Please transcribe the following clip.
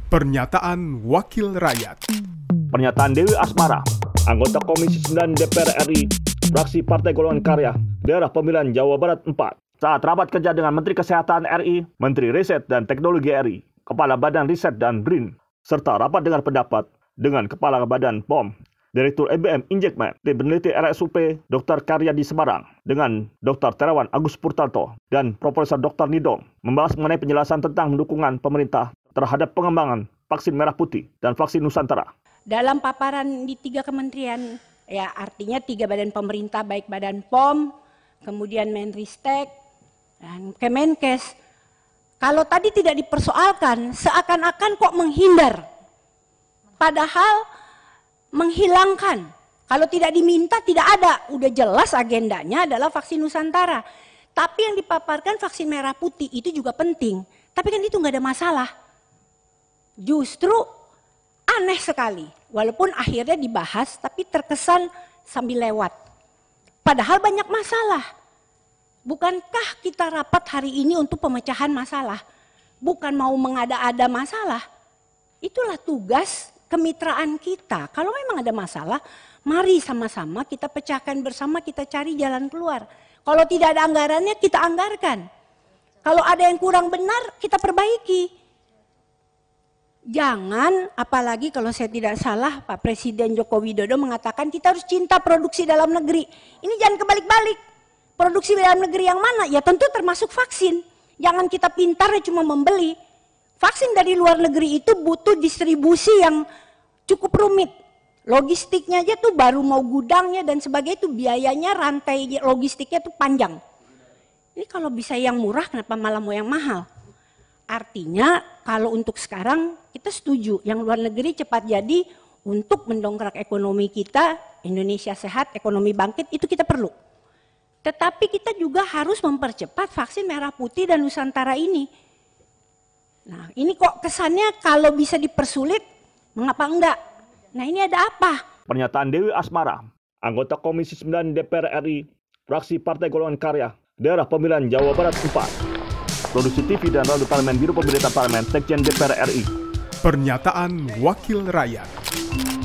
Pernyataan Wakil Rakyat. Pernyataan Dewi Asmara, anggota Komisi 9 DPR RI, fraksi Partai Golongan Karya, Daerah Pemilihan Jawa Barat 4, saat rapat kerja dengan Menteri Kesehatan RI, Menteri Riset dan Teknologi RI, Kepala Badan Riset dan BRIN, serta rapat dengar pendapat dengan Kepala Badan POM, Direktur EBM Injekmed, tim peneliti RSUP Dr. Karya di Semarang, dengan Dr. Terawan Agus Purtanto dan Profesor Dr. Nidom, membahas mengenai penjelasan tentang dukungan pemerintah terhadap pengembangan vaksin merah putih dan vaksin Nusantara. Dalam paparan di 3 kementerian, ya artinya 3 badan pemerintah, baik Badan POM, kemudian Menristek, dan Kemenkes, kalau tadi tidak dipersoalkan, seakan-akan kok menghindar. Padahal menghilangkan, kalau tidak diminta tidak ada, udah jelas agendanya adalah vaksin Nusantara. Tapi yang dipaparkan vaksin merah putih itu juga penting, tapi kan itu nggak ada masalah. Justru aneh sekali, walaupun akhirnya dibahas tapi terkesan sambil lewat. Padahal banyak masalah. Bukankah kita rapat hari ini untuk pemecahan masalah? Bukan mau mengada-ada masalah. Itulah tugas kemitraan kita. Kalau memang ada masalah, mari sama-sama kita pecahkan bersama, kita cari jalan keluar. Kalau tidak ada anggarannya, kita anggarkan. Kalau ada yang kurang benar, kita perbaiki. Jangan, apalagi kalau saya tidak salah, Pak Presiden Joko Widodo mengatakan kita harus cinta produksi dalam negeri. Ini jangan kebalik-balik. Produksi dalam negeri yang mana? Ya tentu termasuk vaksin. Jangan kita pintarnya cuma membeli. Vaksin dari luar negeri itu butuh distribusi yang cukup rumit. Logistiknya aja tuh baru mau gudangnya dan sebagainya, itu biayanya, rantai logistiknya tuh panjang. Ini kalau bisa yang murah, kenapa malah mau yang mahal? Artinya kalau untuk sekarang kita setuju yang luar negeri cepat jadi untuk mendongkrak ekonomi kita, Indonesia sehat, ekonomi bangkit, itu kita perlu. Tetapi kita juga harus mempercepat vaksin merah putih dan Nusantara ini. Nah ini kok kesannya kalau bisa dipersulit, mengapa enggak? Nah ini ada apa? Pernyataan Dewi Asmara, anggota Komisi 9 DPR RI, fraksi Partai Golongan Karya, Daerah Pemilihan Jawa Barat 4. Produksi TV dan Radio Parlemen, Biro Pemberitaan Parlemen, Sekjen DPR RI. Pernyataan Wakil Rakyat.